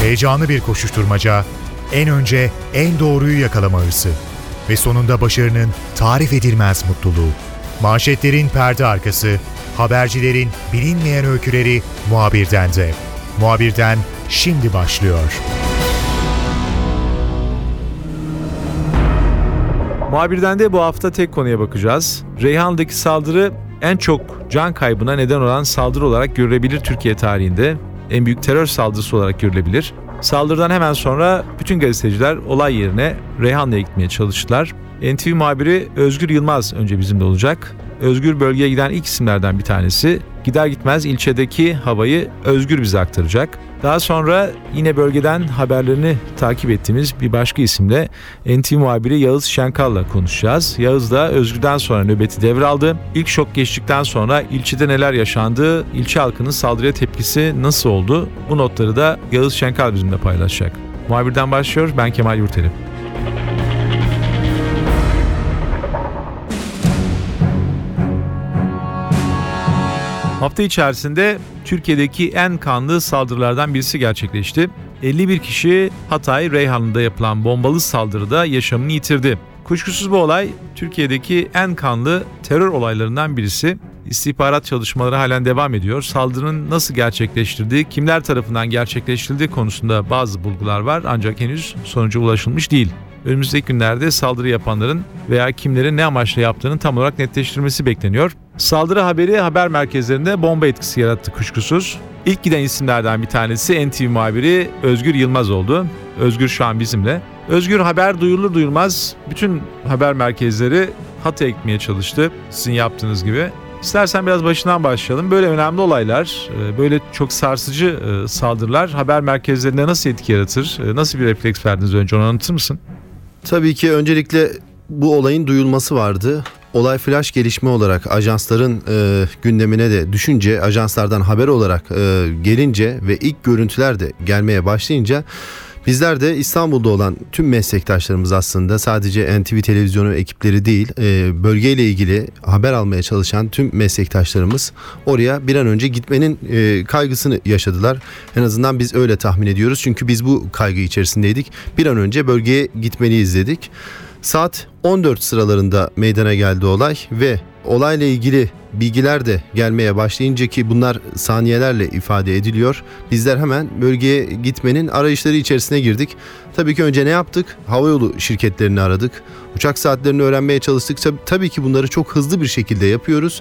Heyecanlı bir koşuşturmaca, en önce en doğruyu yakalama hırsı ve sonunda başarının tarif edilmez mutluluğu. Manşetlerin perde arkası, habercilerin bilinmeyen öyküleri Muhabir'den de. Muhabir'den şimdi başlıyor. Muhabir'den de bu hafta tek konuya bakacağız. Reyhan'daki saldırı en çok can kaybına neden olan saldırı olarak görülebilir Türkiye tarihinde. En büyük terör saldırısı olarak görülebilir. Saldırıdan hemen sonra bütün gazeteciler olay yerine Reyhanlı'ya gitmeye çalıştılar. NTV muhabiri Özgür Yılmaz önce bizimle olacak. Özgür bölgeye giden ilk isimlerden bir tanesi. Gider gitmez ilçedeki havayı Özgür bize aktaracak. Daha sonra yine bölgeden haberlerini takip ettiğimiz bir başka isimle NTV muhabiri Yağız Şenkal'la konuşacağız. Yağız da Özgür'den sonra nöbeti devraldı. İlk şok geçtikten sonra ilçede neler yaşandı, ilçe halkının saldırıya tepkisi nasıl oldu? Bu notları da Yağız Şenkal bizimle paylaşacak. Muhabirden başlıyor, ben Kemal Yurteli. Hafta içerisinde Türkiye'deki en kanlı saldırılardan birisi gerçekleşti. 51 kişi Hatay Reyhanlı'da yapılan bombalı saldırıda yaşamını yitirdi. Kuşkusuz bu olay Türkiye'deki en kanlı terör olaylarından birisi. İstihbarat çalışmaları halen devam ediyor. Saldırının nasıl gerçekleştirdiği, kimler tarafından gerçekleştirildiği konusunda bazı bulgular var ancak henüz sonuca ulaşılmış değil. Önümüzdeki günlerde saldırı yapanların veya kimlerin ne amaçla yaptığının tam olarak netleştirilmesi bekleniyor. Saldırı haberi haber merkezlerinde bomba etkisi yarattı kuşkusuz. İlk giden isimlerden bir tanesi NTV muhabiri Özgür Yılmaz oldu. Özgür şu an bizimle. Özgür, haber duyulur duyulmaz bütün haber merkezleri Hatay'a gitmeye çalıştı sizin yaptığınız gibi. İstersen biraz başından başlayalım. Böyle önemli olaylar, böyle çok sarsıcı saldırılar haber merkezlerinde nasıl etki yaratır? Nasıl bir refleks verdiniz, önce onu anlatır mısın? Tabii ki öncelikle bu olayın duyulması vardı. Olay flash gelişme olarak ajansların gündemine de düşünce, ajanslardan haber olarak gelince ve ilk görüntüler de gelmeye başlayınca bizler de İstanbul'da olan tüm meslektaşlarımız, aslında sadece NTV televizyonu ekipleri değil, bölgeyle ilgili haber almaya çalışan tüm meslektaşlarımız oraya bir an önce gitmenin kaygısını yaşadılar. En azından biz öyle tahmin ediyoruz, çünkü biz bu kaygı içerisindeydik. Bir an önce bölgeye gitmeliyiz dedik. Saat 14 sıralarında meydana geldi olay ve olayla ilgili bilgiler de gelmeye başlayınca, ki bunlar saniyelerle ifade ediliyor, bizler hemen bölgeye gitmenin arayışları içerisine girdik. Tabii ki önce ne yaptık? Havayolu şirketlerini aradık. Uçak saatlerini öğrenmeye çalıştık. Tabii ki bunları çok hızlı bir şekilde yapıyoruz.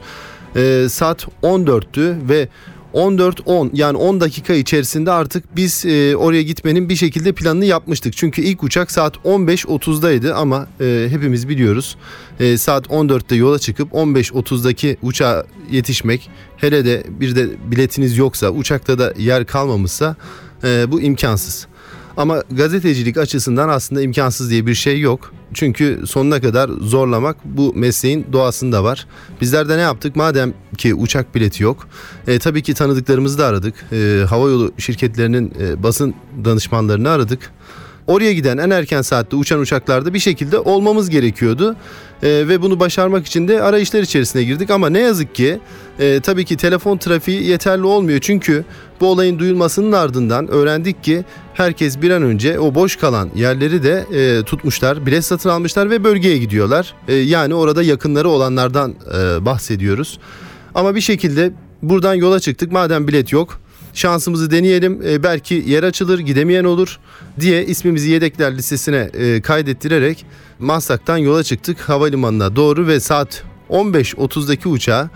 Saat 14'tü ve 14-10, yani 10 dakika içerisinde artık biz oraya gitmenin bir şekilde planını yapmıştık. Çünkü ilk uçak saat 15.30'daydı ama hepimiz biliyoruz saat 14'te yola çıkıp 15.30'daki uçağa yetişmek, hele de bir de biletiniz yoksa, uçakta da yer kalmamışsa bu imkansız. Ama gazetecilik açısından aslında imkansız diye bir şey yok. Çünkü sonuna kadar zorlamak bu mesleğin doğasında var. Bizler de ne yaptık? Madem ki uçak bileti yok, tabii ki tanıdıklarımızı da aradık. Havayolu şirketlerinin basın danışmanlarını aradık. Oraya giden en erken saatte uçan uçaklarda bir şekilde olmamız gerekiyordu. Ve bunu başarmak için de arayışlar içerisine girdik. Ama ne yazık ki tabii ki telefon trafiği yeterli olmuyor. Çünkü bu olayın duyulmasının ardından öğrendik ki herkes bir an önce o boş kalan yerleri de tutmuşlar. Bilet satın almışlar ve bölgeye gidiyorlar. Yani orada yakınları olanlardan bahsediyoruz. Ama bir şekilde buradan yola çıktık. Madem bilet yok, şansımızı deneyelim, belki yer açılır, gidemeyen olur diye ismimizi yedekler listesine kaydettirerek Maslak'tan yola çıktık havalimanına doğru ve saat 15.30'daki uçağa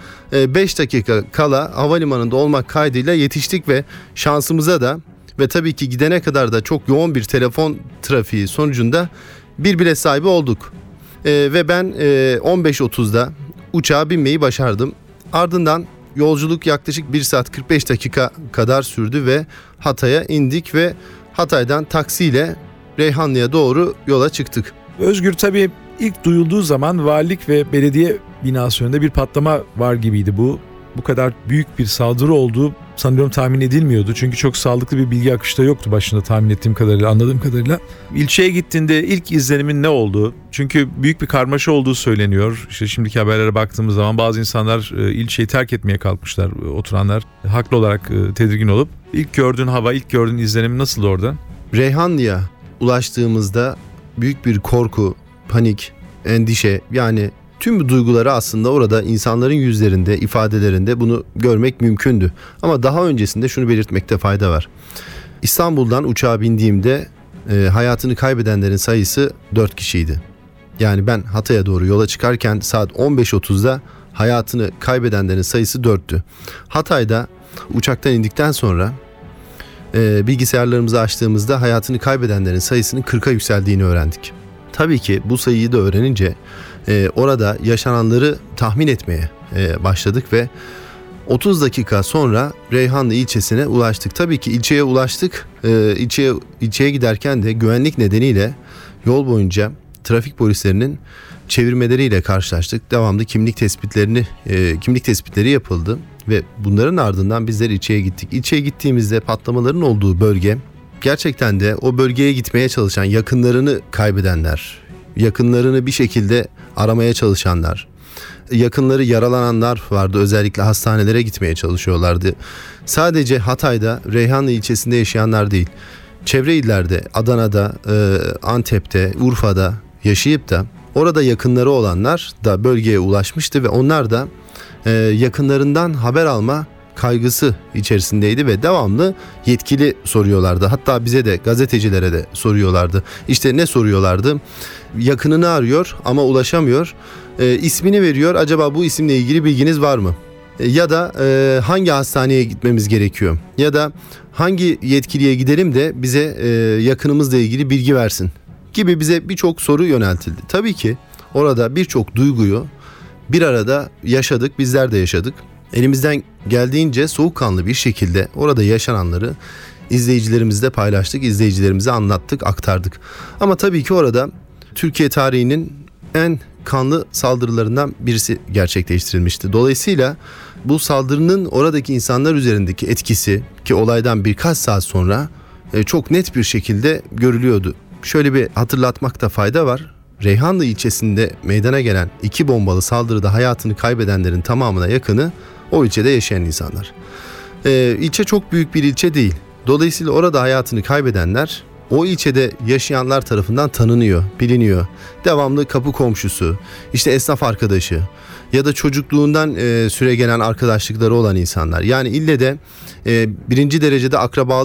5 dakika kala havalimanında olmak kaydıyla yetiştik ve şansımıza da ve tabii ki gidene kadar da çok yoğun bir telefon trafiği sonucunda bir bilet sahibi olduk. Ve ben 15.30'da uçağa binmeyi başardım. Ardından yolculuk yaklaşık 1 saat 45 dakika kadar sürdü ve Hatay'a indik ve Hatay'dan taksiyle Reyhanlı'ya doğru yola çıktık. Özgür, tabii ilk duyulduğu zaman valilik ve belediye binası önünde bir patlama var gibiydi bu. Bu kadar büyük bir saldırı olduğu sanıyorum tahmin edilmiyordu. Çünkü çok sağlıklı bir bilgi akışı da yoktu başında, tahmin ettiğim kadarıyla, anladığım kadarıyla. İlçeye gittiğinde ilk izlenimin ne oldu? Çünkü büyük bir karmaşa olduğu söyleniyor. İşte şimdiki haberlere baktığımız zaman bazı insanlar ilçeyi terk etmeye kalkmışlar, oturanlar haklı olarak tedirgin olup. İlk gördüğün hava, ilk gördüğün izlenim nasıl orada? Reyhanlı'ya ulaştığımızda büyük bir korku, panik, endişe, yani tüm bu duyguları aslında orada insanların yüzlerinde, ifadelerinde bunu görmek mümkündü. Ama daha öncesinde şunu belirtmekte fayda var. İstanbul'dan uçağa bindiğimde hayatını kaybedenlerin sayısı 4 kişiydi. Yani ben Hatay'a doğru yola çıkarken saat 15.30'da hayatını kaybedenlerin sayısı 4'tü. Hatay'da uçaktan indikten sonra bilgisayarlarımızı açtığımızda hayatını kaybedenlerin sayısının 40'a yükseldiğini öğrendik. Tabii ki bu sayıyı da öğrenince orada yaşananları tahmin etmeye başladık ve 30 dakika sonra Reyhanlı ilçesine ulaştık. Tabii ki ilçeye ulaştık. İlçeye giderken de güvenlik nedeniyle yol boyunca trafik polislerinin çevirmeleriyle karşılaştık. Devamlı kimlik tespitleri yapıldı ve bunların ardından bizler ilçeye gittik. İlçeye gittiğimizde patlamaların olduğu bölge, gerçekten de o bölgeye gitmeye çalışan, yakınlarını kaybedenler, yakınlarını bir şekilde aramaya çalışanlar, yakınları yaralananlar vardı. Özellikle hastanelere gitmeye çalışıyorlardı. Sadece Hatay'da, Reyhanlı ilçesinde yaşayanlar değil, çevre illerde, Adana'da, Antep'te, Urfa'da yaşayıp da orada yakınları olanlar da bölgeye ulaşmıştı ve onlar da yakınlarından haber alma kaygısı içerisindeydi ve devamlı yetkili soruyorlardı. Hatta bize de, gazetecilere de soruyorlardı. İşte ne soruyorlardı? Yakınını arıyor ama ulaşamıyor. İsmini veriyor. Acaba bu isimle ilgili bilginiz var mı? Ya da hangi hastaneye gitmemiz gerekiyor? Ya da hangi yetkiliye gidelim de bize yakınımızla ilgili bilgi versin gibi bize birçok soru yöneltildi. Tabii ki orada birçok duyguyu bir arada yaşadık, bizler de yaşadık. Elimizden geldiğince soğukkanlı bir şekilde orada yaşananları izleyicilerimizle paylaştık, izleyicilerimize anlattık, aktardık. Ama tabii ki orada Türkiye tarihinin en kanlı saldırılarından birisi gerçekleştirilmişti. Dolayısıyla bu saldırının oradaki insanlar üzerindeki etkisi, ki olaydan birkaç saat sonra çok net bir şekilde görülüyordu. Şöyle bir hatırlatmakta fayda var. Reyhanlı ilçesinde meydana gelen 2 bombalı saldırıda hayatını kaybedenlerin tamamına yakını o ilçede yaşayan insanlar. İlçe çok büyük bir ilçe değil. Dolayısıyla orada hayatını kaybedenler o ilçede yaşayanlar tarafından tanınıyor, biliniyor. Devamlı kapı komşusu, işte esnaf arkadaşı ya da çocukluğundan süregelen arkadaşlıkları olan insanlar. Yani ille de birinci derecede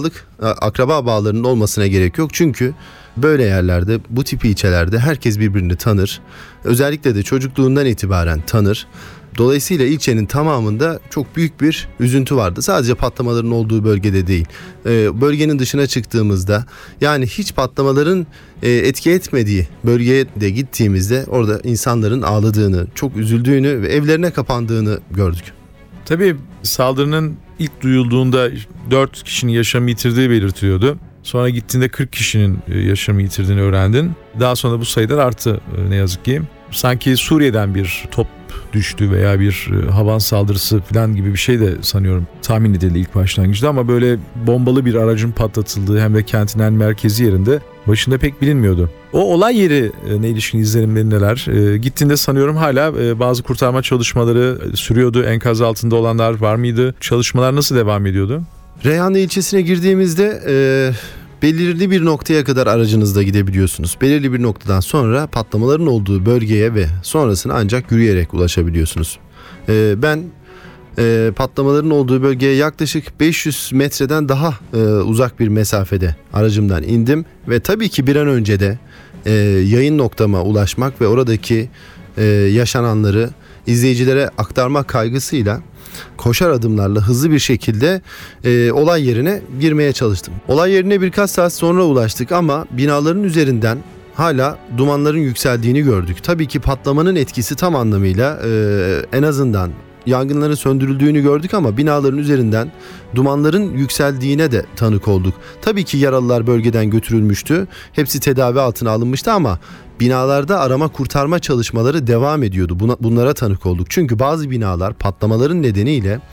akraba bağlarının olmasına gerek yok. Çünkü böyle yerlerde, bu tip ilçelerde herkes birbirini tanır. Özellikle de çocukluğundan itibaren tanır. Dolayısıyla ilçenin tamamında çok büyük bir üzüntü vardı. Sadece patlamaların olduğu bölgede değil. Bölgenin dışına çıktığımızda, yani hiç patlamaların etki etmediği bölgeye de gittiğimizde orada insanların ağladığını, çok üzüldüğünü ve evlerine kapandığını gördük. Tabii saldırının ilk duyulduğunda 4 kişinin yaşamı yitirdiği belirtiliyordu. Sonra gittiğinde 40 kişinin yaşamı yitirdiğini öğrendin. Daha sonra bu sayılar arttı ne yazık ki. Sanki Suriye'den bir top düştü veya bir havan saldırısı falan gibi bir şey de sanıyorum tahmin edildi ilk başlangıçta, ama böyle bombalı bir aracın patlatıldığı hem de kentin en merkezi yerinde başında pek bilinmiyordu. O olay yeri ne ilişkin izlenimleri neler? Gittiğinde sanıyorum hala bazı kurtarma çalışmaları sürüyordu. Enkaz altında olanlar var mıydı? Çalışmalar nasıl devam ediyordu? Reyhanlı ilçesine girdiğimizde belirli bir noktaya kadar aracınızla gidebiliyorsunuz. Belirli bir noktadan sonra patlamaların olduğu bölgeye ve sonrasına ancak yürüyerek ulaşabiliyorsunuz. Ben patlamaların olduğu bölgeye yaklaşık 500 metreden daha uzak bir mesafede aracımdan indim ve tabii ki bir an önce de yayın noktama ulaşmak ve oradaki yaşananları izleyicilere aktarmak kaygısıyla koşar adımlarla hızlı bir şekilde olay yerine girmeye çalıştım. Olay yerine birkaç saat sonra ulaştık ama binaların üzerinden hala dumanların yükseldiğini gördük. Tabii ki patlamanın etkisi tam anlamıyla en azından yangınların söndürüldüğünü gördük ama binaların üzerinden dumanların yükseldiğine de tanık olduk. Tabii ki yaralılar bölgeden götürülmüştü. Hepsi tedavi altına alınmıştı ama binalarda arama kurtarma çalışmaları devam ediyordu. Bunlara tanık olduk. Çünkü bazı binalar patlamaların nedeniyle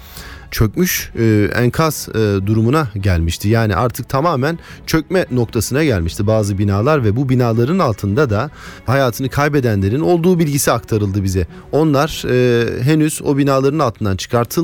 çökmüş enkaz durumuna gelmişti. Yani artık tamamen çökme noktasına gelmişti bazı binalar ve bu binaların altında da hayatını kaybedenlerin olduğu bilgisi aktarıldı bize. Onlar henüz o binaların altından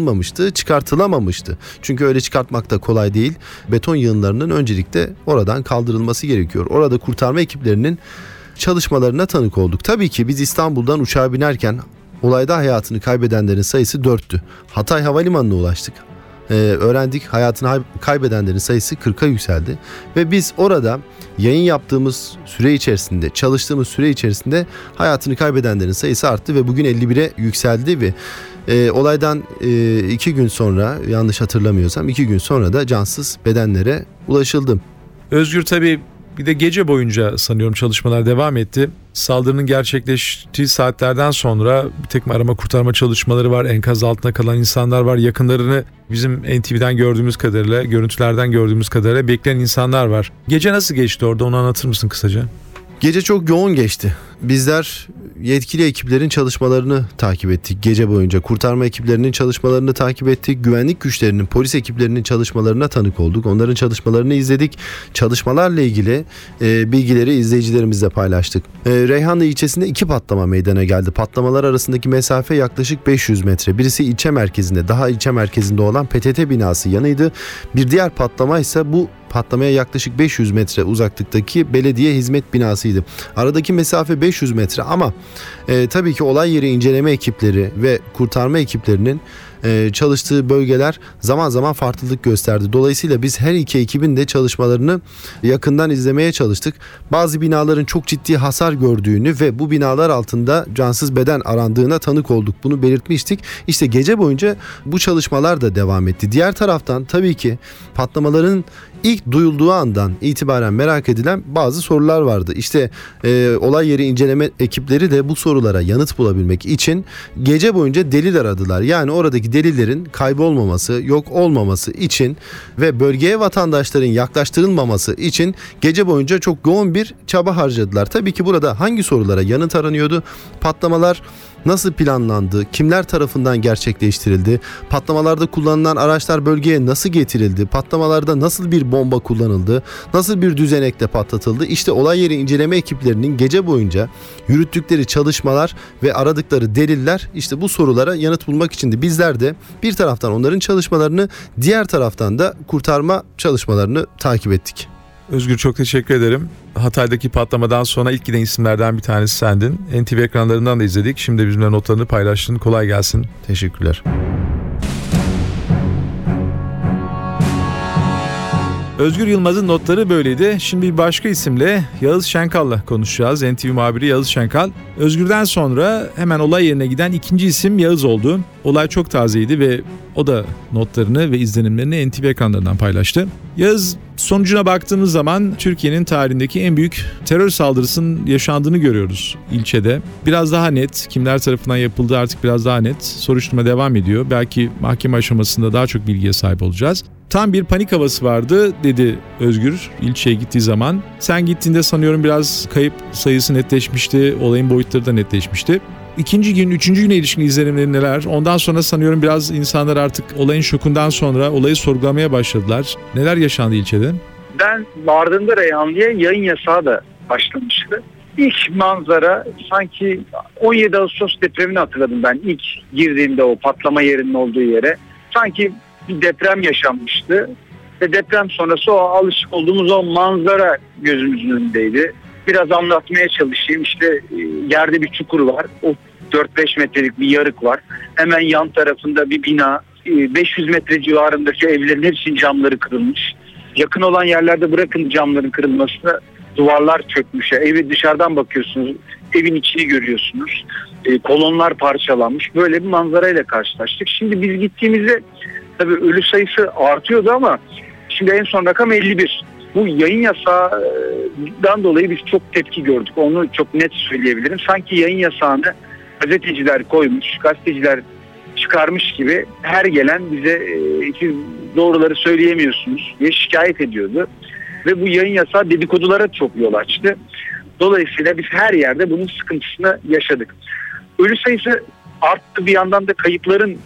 çıkartılamamıştı. Çünkü öyle çıkartmak da kolay değil. Beton yığınlarının öncelikle oradan kaldırılması gerekiyor. Orada kurtarma ekiplerinin çalışmalarına tanık olduk. Tabii ki biz İstanbul'dan uçağa binerken olayda hayatını kaybedenlerin sayısı 4'tü. Hatay Havalimanı'na ulaştık. Öğrendik, hayatını kaybedenlerin sayısı 40'a yükseldi. Ve biz orada yayın yaptığımız süre içerisinde, çalıştığımız süre içerisinde hayatını kaybedenlerin sayısı arttı ve bugün 51'e yükseldi ve olaydan 2 gün sonra, yanlış hatırlamıyorsam 2 gün sonra da cansız bedenlere ulaşıldı. Özgür, tabii bir de gece boyunca sanıyorum çalışmalar devam etti. Saldırının gerçekleştiği saatlerden sonra bir takım arama kurtarma çalışmaları var. Enkaz altında kalan insanlar var. Yakınlarını bizim NTV'den gördüğümüz kadarıyla, görüntülerden gördüğümüz kadarıyla bekleyen insanlar var. Gece nasıl geçti orada, onu anlatır mısın kısaca? Gece çok yoğun geçti. Bizler yetkili ekiplerin çalışmalarını takip ettik gece boyunca. Kurtarma ekiplerinin çalışmalarını takip ettik. Güvenlik güçlerinin, polis ekiplerinin çalışmalarına tanık olduk. Onların çalışmalarını izledik. Çalışmalarla ilgili bilgileri izleyicilerimizle paylaştık. Reyhanlı ilçesinde 2 patlama meydana geldi. Patlamalar arasındaki mesafe yaklaşık 500 metre. Birisi ilçe merkezinde, daha ilçe merkezinde olan PTT binası yanıydı. Bir diğer patlama ise bu patlamaya yaklaşık 500 metre uzaklıktaki belediye hizmet binasıydı. Aradaki mesafe 500 metre ama tabii ki olay yeri inceleme ekipleri ve kurtarma ekiplerinin çalıştığı bölgeler zaman zaman farklılık gösterdi. Dolayısıyla biz her iki ekibin de çalışmalarını yakından izlemeye çalıştık. Bazı binaların çok ciddi hasar gördüğünü ve bu binalar altında cansız beden arandığına tanık olduk. Bunu belirtmiştik. İşte gece boyunca bu çalışmalar da devam etti. Diğer taraftan tabii ki patlamaların ilk duyulduğu andan itibaren merak edilen bazı sorular vardı. İşte olay yeri inceleme ekipleri de bu sorulara yanıt bulabilmek için gece boyunca delil aradılar. Yani oradaki delillerin kaybolmaması, yok olmaması için ve bölgeye vatandaşların yaklaştırılmaması için gece boyunca çok yoğun bir çaba harcadılar. Tabii ki burada hangi sorulara yanıt aranıyordu? Patlamalar nasıl planlandı? Kimler tarafından gerçekleştirildi? Patlamalarda kullanılan araçlar bölgeye nasıl getirildi? Patlamalarda nasıl bir bomba kullanıldı? Nasıl bir düzenekle patlatıldı? İşte olay yeri inceleme ekiplerinin gece boyunca yürüttükleri çalışmalar ve aradıkları deliller işte bu sorulara yanıt bulmak içindi. Bizler de bir taraftan onların çalışmalarını, diğer taraftan da kurtarma çalışmalarını takip ettik. Özgür, çok teşekkür ederim. Hatay'daki patlamadan sonra ilk giden isimlerden bir tanesi sendin. NTV ekranlarından da izledik. Şimdi bizimle notlarını paylaştın. Kolay gelsin. Teşekkürler. Özgür Yılmaz'ın notları böyleydi. Şimdi bir başka isimle Yağız Şenkal'la konuşacağız. NTV muhabiri Yağız Şenkal. Özgür'den sonra hemen olay yerine giden ikinci isim Yağız oldu. Olay çok tazeydi ve o da notlarını ve izlenimlerini NTV ekranlarından paylaştı. Yağız, sonucuna baktığımız zaman Türkiye'nin tarihindeki en büyük terör saldırısının yaşandığını görüyoruz ilçede. Biraz daha net, kimler tarafından yapıldığı artık biraz daha net. Soruşturma devam ediyor. Belki mahkeme aşamasında daha çok bilgiye sahip olacağız. Tam bir panik havası vardı dedi Özgür ilçeye gittiği zaman. Sen gittiğinde sanıyorum biraz kayıp sayısı netleşmişti, olayın boyutları da netleşmişti. İkinci gün, üçüncü güne ilişkin izlenimleri neler? Ondan sonra sanıyorum biraz insanlar artık olayın şokundan sonra olayı sorgulamaya başladılar. Neler yaşandı ilçede? Ben vardığımda Reyhanlı'ya yayın yasağı da başlamıştı. İlk manzara sanki 17 Ağustos depremini hatırladım ben ilk girdiğimde o patlama yerinin olduğu yere. Sanki bir deprem yaşanmıştı ve deprem sonrası o alışık olduğumuz o manzara gözümüzün önündeydi. Biraz anlatmaya çalışayım. İşte yerde bir çukur var. O 4-5 metrelik bir yarık var. Hemen yan tarafında bir bina. 500 metre civarındaki evlerin hepsinin camları kırılmış. Yakın olan yerlerde bırakın camların kırılmasını, duvarlar çökmüş. Evi dışarıdan bakıyorsunuz. Evin içini görüyorsunuz. Kolonlar parçalanmış. Böyle bir manzarayla karşılaştık. Şimdi biz gittiğimizde tabii ölü sayısı artıyordu ama şimdi en son rakam 51. Bu yayın yasağından dolayı biz çok tepki gördük. Onu çok net söyleyebilirim. Sanki yayın yasağını gazeteciler koymuş, gazeteciler çıkarmış gibi her gelen bize siz doğruları söyleyemiyorsunuz diye şikayet ediyordu. Ve bu yayın yasağı dedikodulara çok yol açtı. Dolayısıyla biz her yerde bunun sıkıntısını yaşadık. Ölü sayısı arttı, bir yandan da kayıpların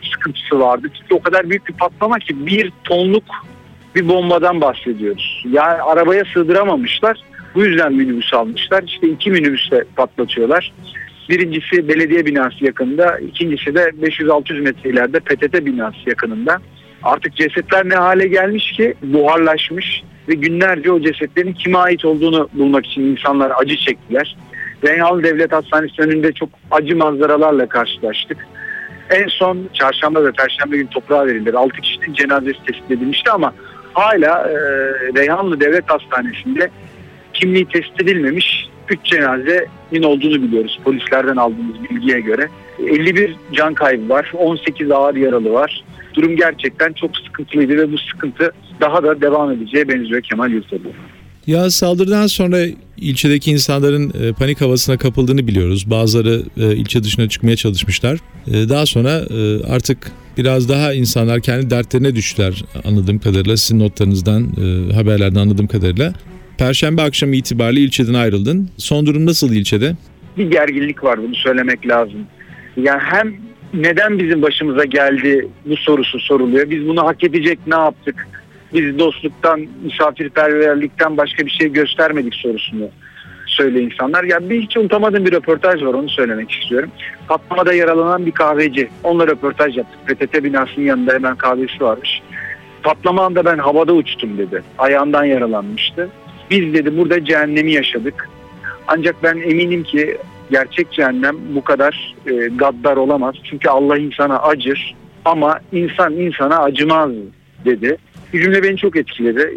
sıkıntısı vardı. Çünkü o kadar büyük bir patlama ki 1 tonluk bir bombadan bahsediyoruz. Yani arabaya sığdıramamışlar. Bu yüzden minibüs almışlar. İşte 2 minibüsle patlatıyorlar. Birincisi belediye binası yakınında, ikincisi de 500-600 metre ileride PTT binası yakınında. Artık cesetler ne hale gelmiş ki buharlaşmış ve günlerce o cesetlerin kime ait olduğunu bulmak için insanlar acı çektiler. Reyhanlı Devlet Hastanesi önünde çok acı manzaralarla karşılaştık. En son çarşamba ve perşembe günü toprağa verildi. 6 kişinin cenazesi tespit edilmişti ama hala Reyhanlı Devlet Hastanesi'nde kimliği tespit edilmemiş 3 cenazenin olduğunu biliyoruz polislerden aldığımız bilgiye göre. 51 can kaybı var, 18 ağır yaralı var. Durum gerçekten çok sıkıntılıydı ve bu sıkıntı daha da devam edeceğe benziyor Kemal Yurtsever. Ya saldırıdan sonra ilçedeki insanların panik havasına kapıldığını biliyoruz. Bazıları ilçe dışına çıkmaya çalışmışlar. Daha sonra artık biraz daha insanlar kendi dertlerine düştüler anladığım kadarıyla. Sizin notlarınızdan, haberlerden anladığım kadarıyla. Perşembe akşamı itibariyle ilçeden ayrıldın. Son durum nasıl ilçede? Bir gerginlik var, bunu söylemek lazım. Yani hem neden bizim başımıza geldi bu sorusu soruluyor. Biz bunu hak edecek ne yaptık? Biz dostluktan, misafirperverlikten başka bir şey göstermedik sorusunu söylüyor insanlar. Yani hiç unutamadığım bir röportaj var, onu söylemek istiyorum. Patlamada yaralanan bir kahveci. Onunla röportaj yaptık. PTT binasının yanında hemen kahvesi varmış. Patlama anda ben havada uçtum dedi. Ayağından yaralanmıştı. Biz dedi burada cehennemi yaşadık. Ancak ben eminim ki gerçek cehennem bu kadar gaddar olamaz. Çünkü Allah insana acır ama insan insana acımaz dedi. Bu cümle beni çok etkiledi.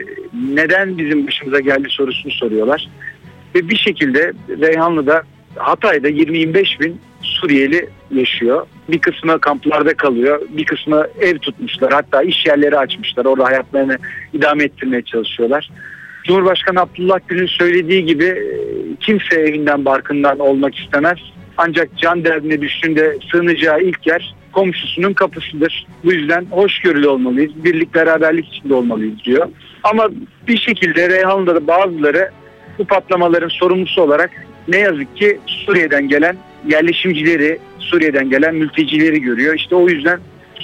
Neden bizim başımıza geldi sorusunu soruyorlar. Ve bir şekilde Reyhanlı'da, Hatay'da 20-25 bin Suriyeli yaşıyor. Bir kısmı kamplarda kalıyor, bir kısmı ev tutmuşlar. Hatta iş yerleri açmışlar. Orada hayatlarını idame ettirmeye çalışıyorlar. Cumhurbaşkanı Abdullah Gül'ün söylediği gibi kimse evinden barkından olmak istemez. Ancak can derdine düştüğünde sığınacağı ilk yer komşusunun kapısıdır. Bu yüzden hoşgörülü olmalıyız, birlik beraberlik içinde olmalıyız diyor. Ama bir şekilde Reyhanlı'da da bazıları bu patlamaların sorumlusu olarak ne yazık ki Suriye'den gelen yerleşimcileri, Suriye'den gelen mültecileri görüyor. İşte o yüzden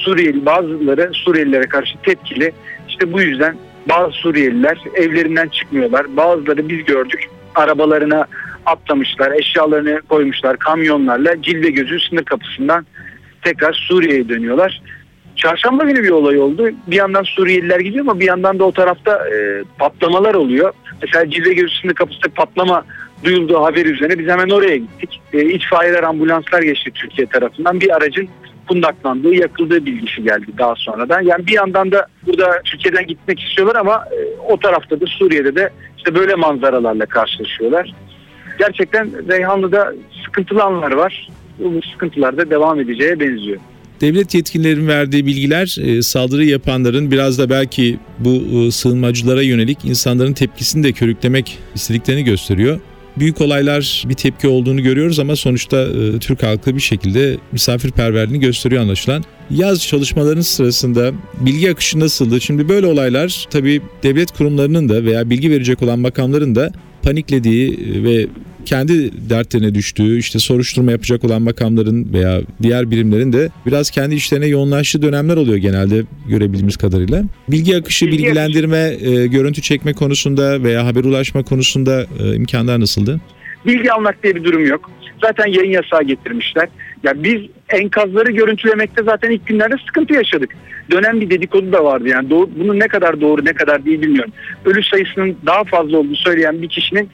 bazıları Suriyelilere karşı tepkili. İşte bu yüzden bazı Suriyeliler evlerinden çıkmıyorlar. Bazıları biz gördük, arabalarına atlamışlar, eşyalarını koymuşlar kamyonlarla Cilve Gözü sınır kapısından tekrar Suriye'ye dönüyorlar. Çarşamba günü bir olay oldu. Bir yandan Suriyeliler gidiyor ama bir yandan da o tarafta patlamalar oluyor. Mesela Cilve Gözü sınır kapısında patlama duyulduğu haber üzerine biz hemen oraya gittik. İtfaiyeler, ambulanslar geçti Türkiye tarafından. Bir aracın kundaklandığı, yakıldığı bilgisi geldi daha sonradan. Yani bir yandan da burada Türkiye'den gitmek istiyorlar ama o tarafta da Suriye'de de işte böyle manzaralarla karşılaşıyorlar. Gerçekten Reyhanlı'da sıkıntılı anlar var. Bu sıkıntılar da devam edeceğe benziyor. Devlet yetkililerinin verdiği bilgiler saldırı yapanların biraz da belki bu sığınmacılara yönelik insanların tepkisini de körüklemek istediklerini gösteriyor. Büyük olaylar bir tepki olduğunu görüyoruz ama sonuçta Türk halkı bir şekilde misafirperverliğini gösteriyor anlaşılan. Yaz çalışmalarının sırasında bilgi akışı nasıldı? Şimdi böyle olaylar tabii devlet kurumlarının da veya bilgi verecek olan makamların da paniklediği ve kendi dertlerine düştüğü, işte soruşturma yapacak olan makamların veya diğer birimlerin de biraz kendi işlerine yoğunlaştığı dönemler oluyor genelde görebildiğimiz kadarıyla. Bilgi akışı, bilgilendirme, görüntü çekme konusunda veya haber ulaşma konusunda imkanlar nasıldı? Bilgi almak diye bir durum yok. Zaten yayın yasağı getirmişler. Ya biz enkazları görüntülemekte zaten ilk günlerde sıkıntı yaşadık. Dönen bir dedikodu da vardı yani. Bunun ne kadar doğru ne kadar değil bilmiyorum. Ölü sayısının daha fazla olduğunu söyleyen bir kişinin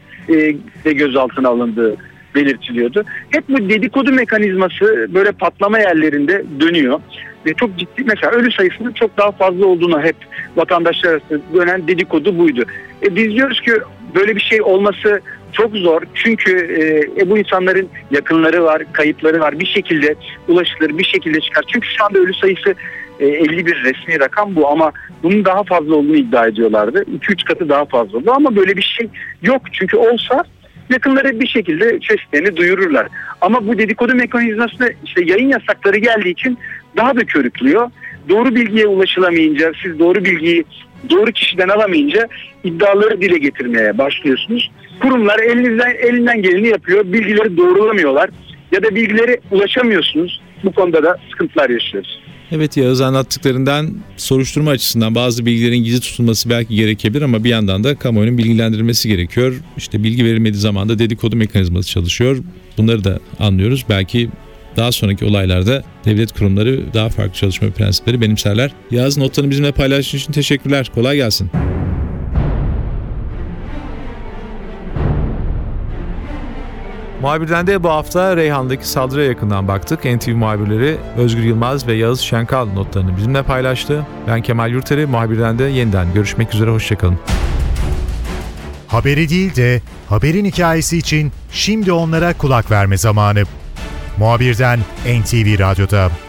de gözaltına alındığı belirtiliyordu. Hep bu dedikodu mekanizması böyle patlama yerlerinde dönüyor. Ve çok ciddi, mesela ölü sayısının çok daha fazla olduğunu hep vatandaşlar arasında dönen dedikodu buydu. Biz diyoruz ki böyle bir şey olması çok zor. Çünkü bu insanların yakınları var, kayıpları var. Bir şekilde ulaşılır, bir şekilde çıkar. Çünkü şu anda ölü sayısı 51 resmi rakam bu ama bunun daha fazla olduğunu iddia ediyorlardı. 2-3 katı daha fazla oldu ama böyle bir şey yok. Çünkü olsa yakınları bir şekilde seslerini duyururlar. Ama bu dedikodu mekanizması işte yayın yasakları geldiği için daha da körüklüyor. Doğru bilgiye ulaşılamayınca, siz doğru bilgiyi doğru kişiden alamayınca iddiaları dile getirmeye başlıyorsunuz. Kurumlar elinden geleni yapıyor, bilgileri doğrulamıyorlar ya da bilgilere ulaşamıyorsunuz. Bu konuda da sıkıntılar yaşıyoruz. Evet Yağız, anlattıklarından soruşturma açısından bazı bilgilerin gizli tutulması belki gerekebilir ama bir yandan da kamuoyunun bilgilendirilmesi gerekiyor. İşte bilgi verilmediği zaman da dedikodu mekanizması çalışıyor. Bunları da anlıyoruz. Belki daha sonraki olaylarda devlet kurumları daha farklı çalışma prensipleri benimserler. Yağız, notlarını bizimle paylaştığın için teşekkürler. Kolay gelsin. Muhabirden de bu hafta Reyhan'daki saldırıya yakından baktık. NTV muhabirleri Özgür Yılmaz ve Yağız Şenkal notlarını bizimle paylaştı. Ben Kemal Yurteri, muhabirden de yeniden görüşmek üzere, hoşçakalın. Haberi değil de haberin hikayesi için şimdi onlara kulak verme zamanı. Muhabirden NTV Radyo'da.